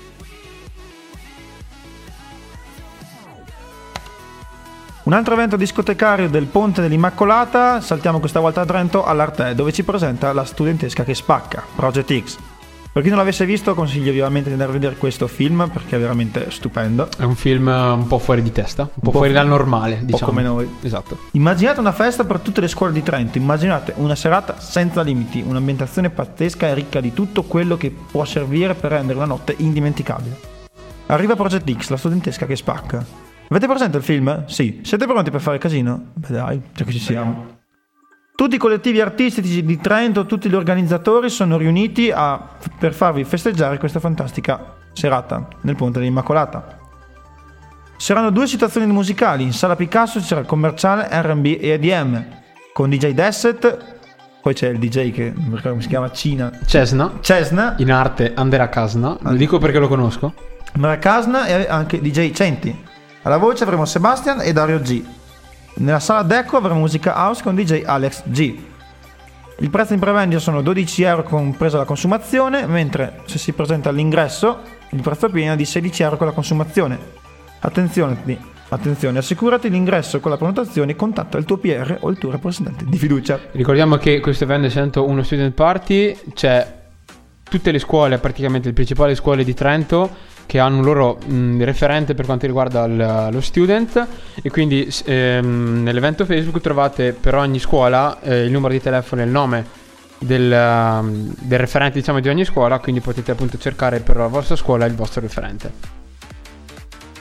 Un altro evento discotecario del Ponte dell'Immacolata, saltiamo questa volta a Trento all'Arte, dove ci presenta la studentesca che spacca, Project X. Per chi non l'avesse visto consiglio vivamente di andare a vedere questo film perché è veramente stupendo. È un film un po' fuori di testa, un po' fuori dal normale, diciamo. Un po' come noi. Esatto. Immaginate una festa per tutte le scuole di Trento, immaginate una serata senza limiti, un'ambientazione pazzesca e ricca di tutto quello che può servire per rendere una notte indimenticabile. Arriva Project X, la studentesca che spacca. Avete presente il film? Sì. Siete pronti per fare casino? Beh dai, già che ci siamo. Tutti i collettivi artistici di Trento, tutti gli organizzatori sono riuniti per farvi festeggiare questa fantastica serata nel Ponte dell'Immacolata. Ci saranno 2 situazioni musicali. In Sala Picasso ci sarà il commerciale R&B e EDM con DJ Desset, poi c'è il DJ che non ricordo come si chiama, Cesna, in arte Andrea Casna, lo dico perché lo conosco. Andrea Casna e anche DJ Centi. Alla voce avremo Sebastian e Dario G. Nella sala Deco avremo musica house con DJ Alex G. Il prezzo in prevendita sono 12 euro compresa la consumazione, mentre se si presenta all'ingresso il prezzo pieno è di 16 euro con la consumazione. Attenzione, assicurati l'ingresso con la prenotazione e contatta il tuo PR o il tuo rappresentante di fiducia. Ricordiamo che questo evento, essendo uno student party, c'è tutte le scuole, praticamente le principali scuole di Trento, che hanno un loro referente per quanto riguarda lo student, e quindi nell'evento Facebook trovate per ogni scuola il numero di telefono e il nome del referente, diciamo, di ogni scuola, quindi potete appunto cercare per la vostra scuola il vostro referente.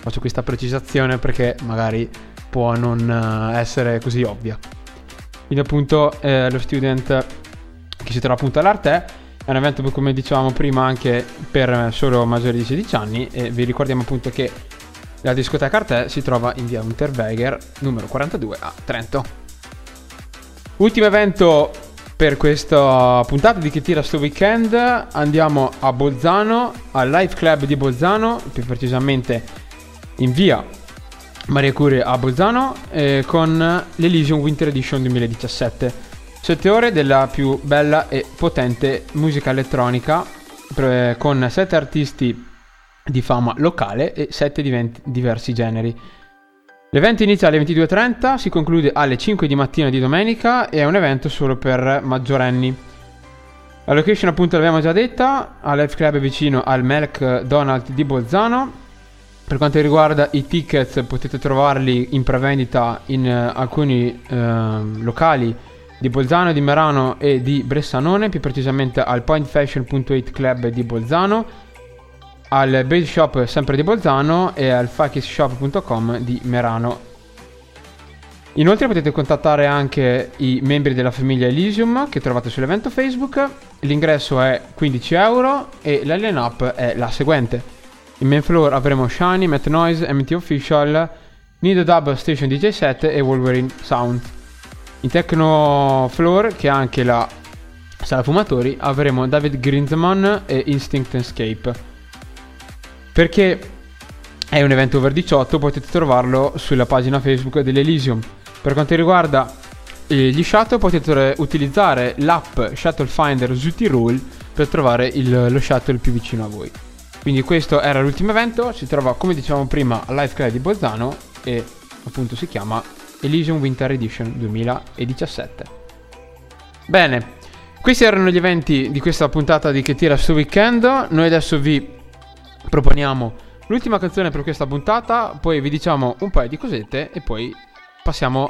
Faccio questa precisazione perché magari può non essere così ovvia. Quindi appunto lo student che si trova appunto all'Arte è un evento, come dicevamo prima, anche per solo maggiori di 16 anni, e vi ricordiamo appunto che la discoteca Arte si trova in via Unterweger numero 42 a Trento. Ultimo evento per questa puntata di Che Tira sto weekend, andiamo a Bolzano, al Live Club di Bolzano, più precisamente in via Maria Curie a Bolzano, con l'Elysium Winter Edition 2017. 7 ore della più bella e potente musica elettronica, con 7 artisti di fama locale e 7 diversi generi. L'evento inizia alle 22:30, si conclude alle 5 di mattina di domenica e è un evento solo per maggiorenni. La location appunto l'abbiamo già detta, al Live Club vicino al McDonald's di Bolzano. Per quanto riguarda i tickets, potete trovarli in prevendita in alcuni locali di Bolzano, di Merano e di Bressanone, più precisamente al pointfashion.it club di Bolzano, al Base Shop sempre di Bolzano e al fakisshop.com di Merano. Inoltre potete contattare anche i membri della famiglia Elysium che trovate sull'evento Facebook. L'ingresso è 15 euro e la line-up è la seguente: in main floor avremo Shiny, Matt Noise, MT Official, Nido Dub Station DJ Set e Wolverine Sound. In techno floor, che è anche la sala fumatori, avremo David Grinsman e Instinct Escape. Perché è un evento over 18, potete trovarlo sulla pagina Facebook dell'Elysium. Per quanto riguarda gli shuttle, potete utilizzare l'app Shuttle Finder Südtirol per trovare lo shuttle più vicino a voi. Quindi questo era l'ultimo evento, si trova, come dicevamo prima, al Live Club di Bolzano e appunto si chiama Elysium Winter Edition 2017. Bene, questi erano gli eventi di questa puntata di Che Tira sto weekend. Noi adesso vi proponiamo l'ultima canzone per questa puntata, poi vi diciamo un paio di cosette e poi passiamo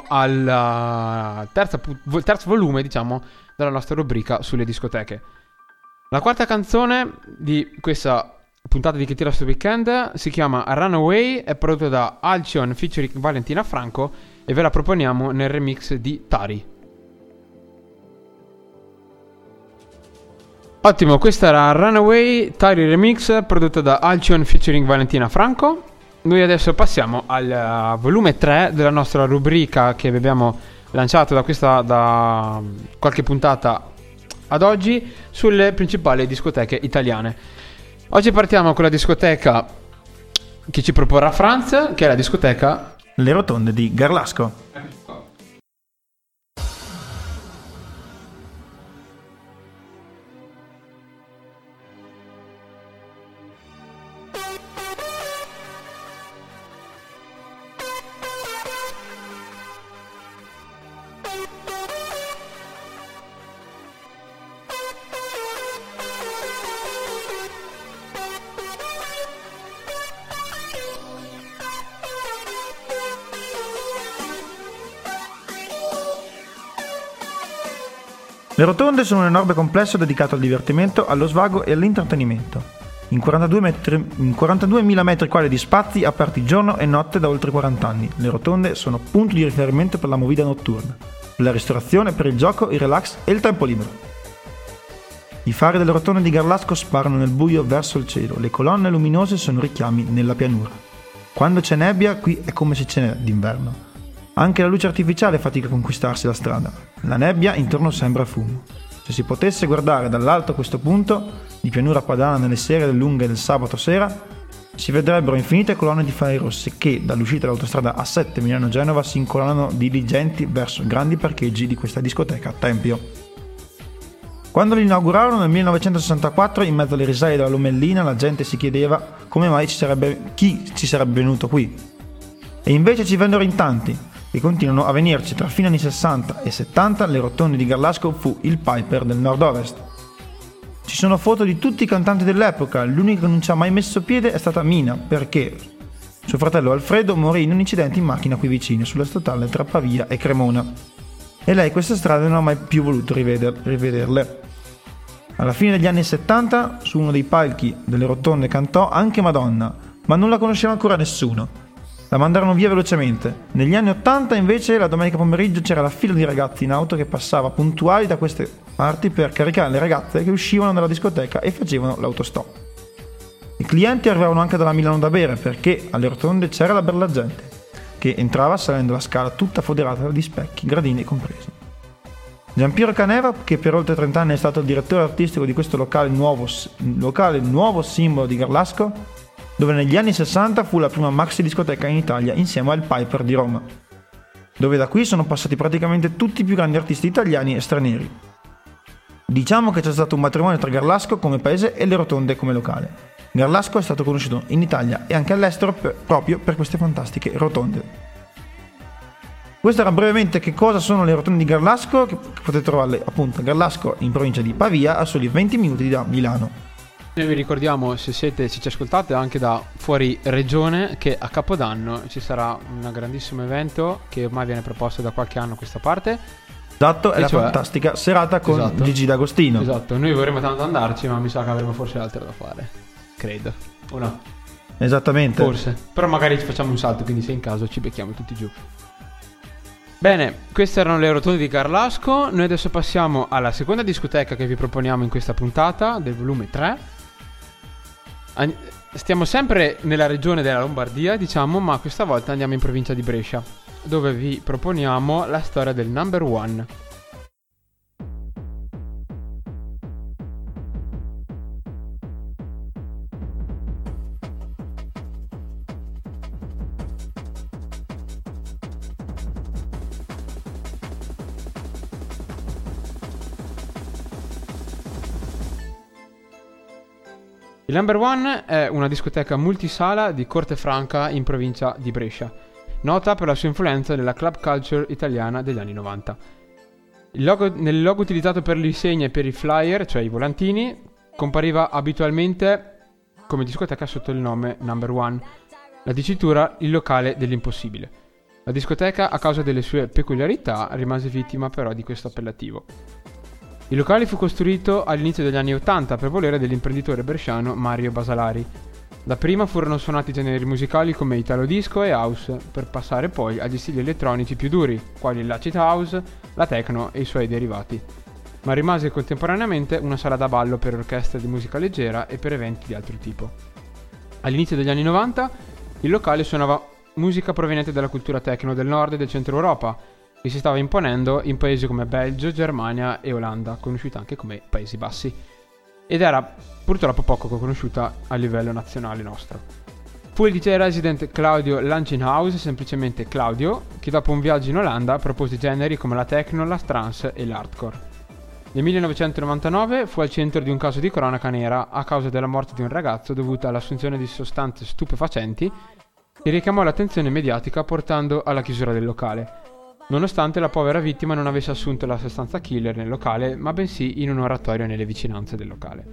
al terzo volume, diciamo, della nostra rubrica sulle discoteche. La quarta canzone di questa puntata di Che Tira sto weekend si chiama Runaway, è prodotta da Alcion featuring Valentina Franco e ve la proponiamo nel remix di Tari. Ottimo, questa era Runaway, Tari Remix, prodotta da Alcion featuring Valentina Franco. Noi adesso passiamo al volume 3 della nostra rubrica che abbiamo lanciato da qualche puntata ad oggi sulle principali discoteche italiane. Oggi partiamo con la discoteca che ci proporrà Franz, che è la discoteca Le Rotonde di Garlasco. Le rotonde sono un enorme complesso dedicato al divertimento, allo svago e all'intrattenimento. In 42.000 metri quadri di spazi aperti giorno e notte da oltre 40 anni, le rotonde sono punto di riferimento per la movida notturna, per la ristorazione, per il gioco, il relax e il tempo libero. I fari delle rotonde di Garlasco sparano nel buio verso il cielo, le colonne luminose sono richiami nella pianura. Quando c'è nebbia, qui è come se ce n'è d'inverno. Anche la luce artificiale fatica a conquistarsi la strada. La nebbia intorno sembra fumo. Se si potesse guardare dall'alto a questo punto, di pianura padana nelle sere lunghe del sabato sera, si vedrebbero infinite colonne di fari rossi che, dall'uscita dell'autostrada A7 Milano-Genova, si incolonnano diligenti verso grandi parcheggi di questa discoteca Tempio. Quando li inaugurarono nel 1964, in mezzo alle risaie della Lomellina, la gente si chiedeva come mai chi ci sarebbe venuto qui. E invece ci vennero in tanti, e continuano a venirci. Tra fine anni 60 e 70 le rotonde di Garlasco fu il Piper del nord-ovest. Ci sono foto di tutti i cantanti dell'epoca, l'unica che non ci ha mai messo piede è stata Mina, perché suo fratello Alfredo morì in un incidente in macchina qui vicino, sulla statale tra Pavia e Cremona. E lei queste strade non ha mai più voluto rivederle. Alla fine degli anni 70, su uno dei palchi delle rotonde cantò anche Madonna, ma non la conosceva ancora nessuno. La mandarono via velocemente. Negli anni 80 invece la domenica pomeriggio c'era la fila di ragazzi in auto che passava puntuali da queste parti per caricare le ragazze che uscivano dalla discoteca e facevano l'autostop. I clienti arrivavano anche dalla Milano da bere perché alle rotonde c'era la bella gente che entrava salendo la scala tutta foderata di specchi, gradini compresi. Giampiero Caneva, che per oltre 30 anni è stato il direttore artistico di questo locale nuovo simbolo di Garlasco, dove negli anni 60 fu la prima maxi discoteca in Italia insieme al Piper di Roma, dove da qui sono passati praticamente tutti i più grandi artisti italiani e stranieri. Diciamo che c'è stato un matrimonio tra Garlasco come paese e le rotonde come locale. Garlasco è stato conosciuto in Italia e anche all'estero proprio per queste fantastiche rotonde. Questo era brevemente che cosa sono le rotonde di Garlasco, che potete trovarle appunto a Garlasco in provincia di Pavia, a soli 20 minuti da Milano. Noi vi ricordiamo, se ci ascoltate anche da fuori regione, che a Capodanno ci sarà un grandissimo evento che ormai viene proposto da qualche anno a questa parte. Esatto, è la fantastica serata con Gigi D'Agostino. Esatto, noi vorremmo tanto andarci, ma mi sa che avremo forse altro da fare. Credo, o no? Esattamente. Forse, però magari ci facciamo un salto, quindi se in caso ci becchiamo tutti giù. Bene, queste erano le rotonde di Garlasco. Noi adesso passiamo alla seconda discoteca che vi proponiamo in questa puntata del volume 3. Stiamo sempre nella regione della Lombardia, diciamo, ma questa volta andiamo in provincia di Brescia, dove vi proponiamo la storia del Number One. Il Number One è una discoteca multisala di Corte Franca in provincia di Brescia, nota per la sua influenza nella club culture italiana degli anni 90. Nel logo utilizzato per l'insegna e per i flyer, cioè i volantini, compariva abitualmente come discoteca sotto il nome Number One, la dicitura il locale dell'impossibile. La discoteca, a causa delle sue peculiarità, rimase vittima però di questo appellativo. Il locale fu costruito all'inizio degli anni 80 per volere dell'imprenditore bresciano Mario Basalari. Dapprima furono suonati generi musicali come Italo Disco e House, per passare poi agli stili elettronici più duri, quali l'acid house, la techno e i suoi derivati. Ma rimase contemporaneamente una sala da ballo per orchestre di musica leggera e per eventi di altro tipo. All'inizio degli anni 90 il locale suonava musica proveniente dalla cultura techno del nord e del centro Europa, che si stava imponendo in paesi come Belgio, Germania e Olanda, conosciuta anche come Paesi Bassi, ed era purtroppo poco conosciuta a livello nazionale nostro. Fu il DJ resident Claudio Langenhaus, semplicemente Claudio, che dopo un viaggio in Olanda propose generi come la techno, la trance e l'hardcore. Nel 1999 fu al centro di un caso di cronaca nera a causa della morte di un ragazzo dovuta all'assunzione di sostanze stupefacenti che richiamò l'attenzione mediatica portando alla chiusura del locale, nonostante la povera vittima non avesse assunto la sostanza killer nel locale, ma bensì in un oratorio nelle vicinanze del locale.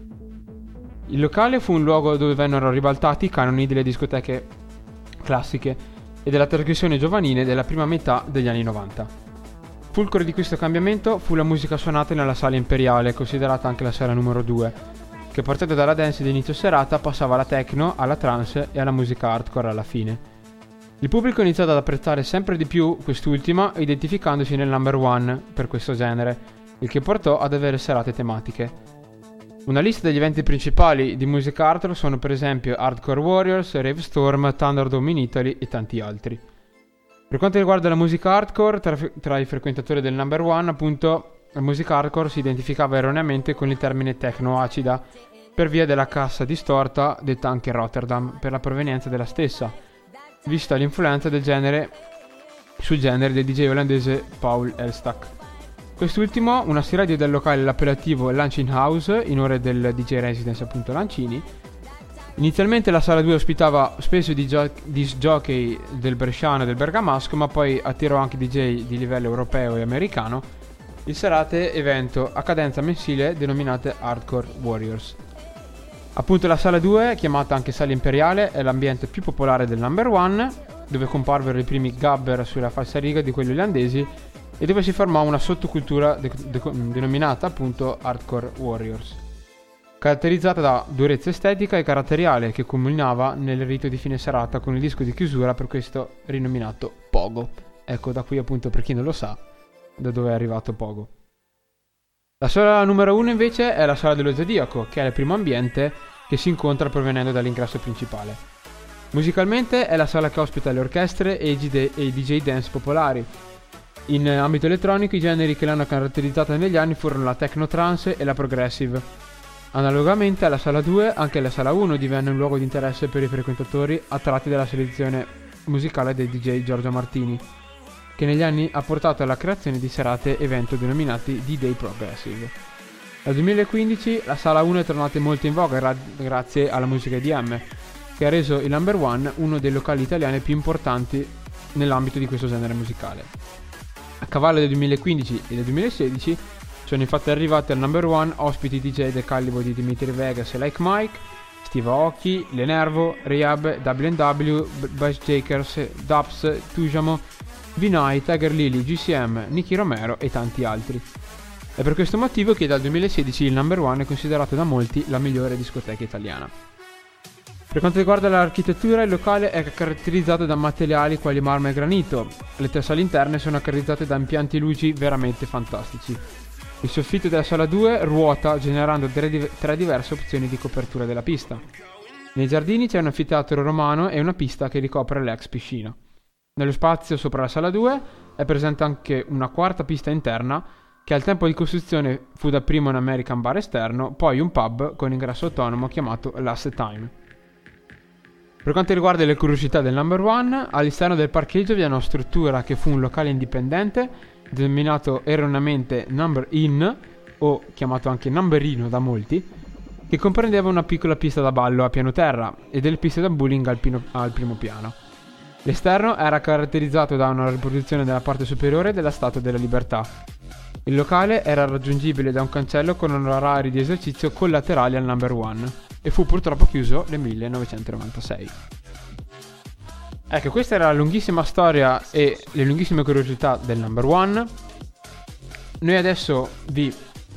Il locale fu un luogo dove vennero ribaltati i canoni delle discoteche classiche e della trasgressione giovanile della prima metà degli anni 90. Fulcro di questo cambiamento fu la musica suonata nella sala imperiale, considerata anche la sala numero 2, che partendo dalla dance di inizio serata passava alla techno, alla trance e alla musica hardcore alla fine. Il pubblico iniziò ad apprezzare sempre di più quest'ultima, identificandosi nel Number One per questo genere, il che portò ad avere serate tematiche. Una lista degli eventi principali di musica hardcore sono per esempio Hardcore Warriors, Rave Storm, Thunderdome in Italy e tanti altri. Per quanto riguarda la musica hardcore, tra i frequentatori del Number One, appunto, la musica hardcore si identificava erroneamente con il termine techno acida, per via della cassa distorta detta anche Rotterdam, per la provenienza della stessa, vista l'influenza del genere sul genere del DJ olandese Paul Elstak. Quest'ultimo, una si radio del locale l'appellativo Lancing House, in ore del DJ residence appunto Lancini. Inizialmente la sala 2 ospitava spesso disc jockey del bresciano e del bergamasco, ma poi attirò anche DJ di livello europeo e americano, il serate evento a cadenza mensile denominate Hardcore Warriors. Appunto la sala 2, chiamata anche sala imperiale, è l'ambiente più popolare del Number One, dove comparvero i primi gabber sulla falsariga di quelli olandesi e dove si formò una sottocultura denominata appunto Hardcore Warriors. caratterizzata da durezza estetica e caratteriale, che culminava nel rito di fine serata con il disco di chiusura per questo rinominato Pogo. Ecco, da qui appunto, per chi non lo sa, da dove è arrivato Pogo. La sala numero 1 invece è la sala dello Zodiaco, che è il primo ambiente che si incontra provenendo dall'ingresso principale. Musicalmente è la sala che ospita le orchestre e i DJ dance popolari. In ambito elettronico i generi che l'hanno caratterizzata negli anni furono la techno trance e la progressive. Analogamente alla sala 2, anche la sala 1 divenne un luogo di interesse per i frequentatori attratti dalla selezione musicale del DJ Giorgio Martini, che negli anni ha portato alla creazione di serate evento denominati D-Day Progressive. Dal 2015 la sala 1 è tornata molto in voga grazie alla musica EDM, che ha reso il Number One uno dei locali italiani più importanti nell'ambito di questo genere musicale. A cavallo del 2015 e del 2016 sono infatti arrivati al Number One ospiti DJ del calibro di Dimitri Vegas e Like Mike, Steve Aoki, Lenervo, Rehab, W&W, Bassjakers, Dubs, Tujamo, Vinay, Tiger Lily, GCM, Nicky Romero e tanti altri. È per questo motivo che dal 2016 il Number One è considerato da molti la migliore discoteca italiana. Per quanto riguarda l'architettura, il locale è caratterizzato da materiali quali marmo e granito. Le tre sale interne sono caratterizzate da impianti luci veramente fantastici. Il soffitto della sala 2 ruota generando tre diverse opzioni di copertura della pista. Nei giardini c'è un anfiteatro romano e una pista che ricopre l'ex piscina. Nello spazio sopra la sala 2 è presente anche una quarta pista interna che al tempo di costruzione fu dapprima un American bar esterno, poi un pub con ingresso autonomo chiamato Last Time. Per quanto riguarda le curiosità del Number One, all'esterno del parcheggio vi è una struttura che fu un locale indipendente, denominato erroneamente Number Inn, o chiamato anche Numberino da molti, che comprendeva una piccola pista da ballo a piano terra e delle piste da bowling al primo piano. L'esterno era caratterizzato da una riproduzione della parte superiore della Statua della Libertà. Il locale era raggiungibile da un cancello con orari di esercizio collaterali al Number One e fu purtroppo chiuso nel 1996. Ecco, questa era la lunghissima storia e le lunghissime curiosità del Number One. Noi adesso vi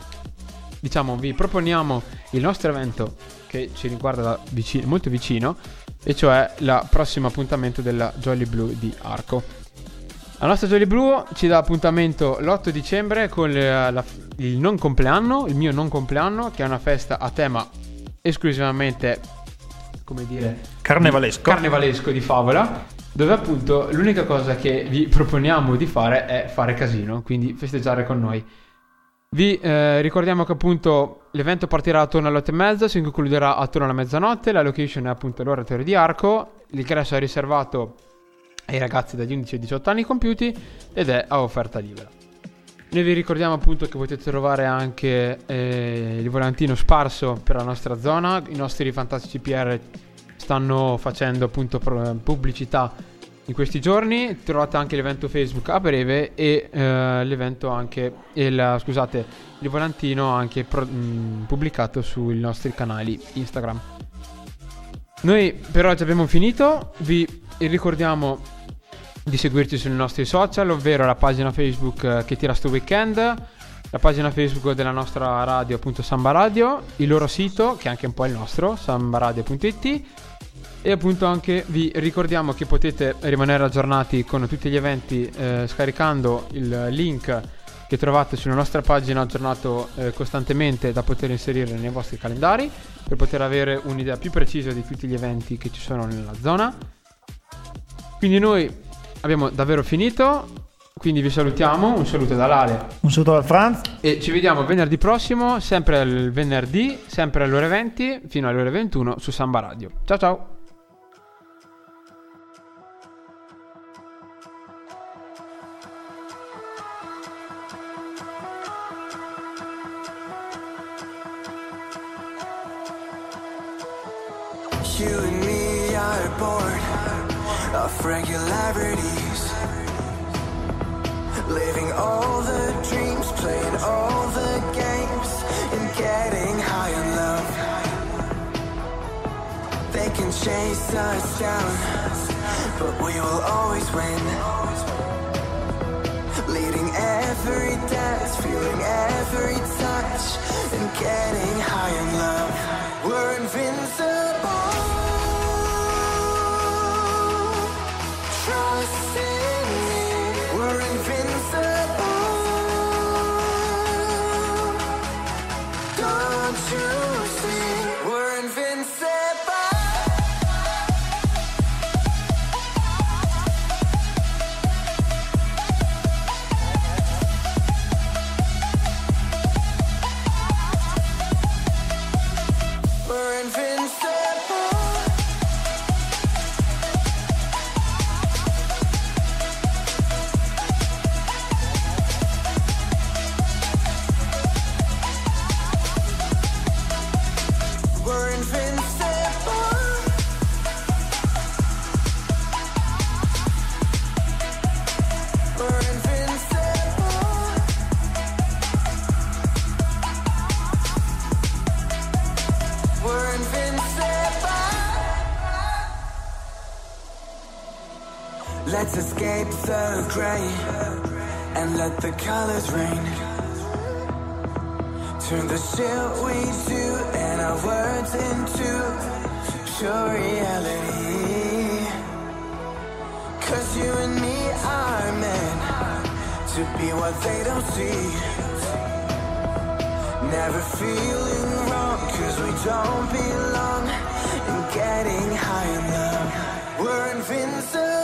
proponiamo il nostro evento che ci riguarda molto vicino, e cioè il prossimo appuntamento della Jolly Blue di Arco. La nostra Jolly Blue ci dà appuntamento l'8 dicembre con il mio non compleanno, che è una festa a tema esclusivamente, come dire, carnevalesco di favola, dove appunto l'unica cosa che vi proponiamo di fare è fare casino, quindi festeggiare con noi. Vi ricordiamo che appunto l'evento partirà attorno alle 8:30, si concluderà attorno alla mezzanotte. La location è appunto l'oratorio di Arco. L'ingresso è riservato ai ragazzi dagli 11 ai 18 anni compiuti ed è a offerta libera. Noi vi ricordiamo appunto che potete trovare anche il volantino sparso per la nostra zona. I nostri fantastici PR stanno facendo appunto pubblicità in questi giorni. Trovate anche l'evento Facebook a breve e l'evento anche il volantino anche pubblicato sui nostri canali Instagram. Noi per oggi abbiamo finito. Vi ricordiamo di seguirci sui nostri social, ovvero la pagina Facebook che tira sto weekend, la pagina Facebook della nostra radio, appunto Samba Radio, il loro sito che è anche un po' il nostro, sambaradio.it, e appunto anche vi ricordiamo che potete rimanere aggiornati con tutti gli eventi scaricando il link che trovate sulla nostra pagina, aggiornato costantemente, da poter inserire nei vostri calendari per poter avere un'idea più precisa di tutti gli eventi che ci sono nella zona. Quindi noi abbiamo davvero finito, quindi vi salutiamo, un saluto da Lale, un saluto dal Franz e ci vediamo venerdì prossimo, sempre il venerdì, sempre alle ore 20 fino alle ore 21 su Samba Radio. Ciao ciao! You and me are bored of regularities, living all the dreams, playing all the games, and getting high in love. They can chase us down, but we will always win. Leading every dance, feeling every touch, and getting high in love. escape the gray and let the colors rain. Turn the shit we do and our words into pure reality. 'Cause you and me are meant to be what they don't see. Never feeling wrong 'cause we don't belong. And getting high enough, we're invincible.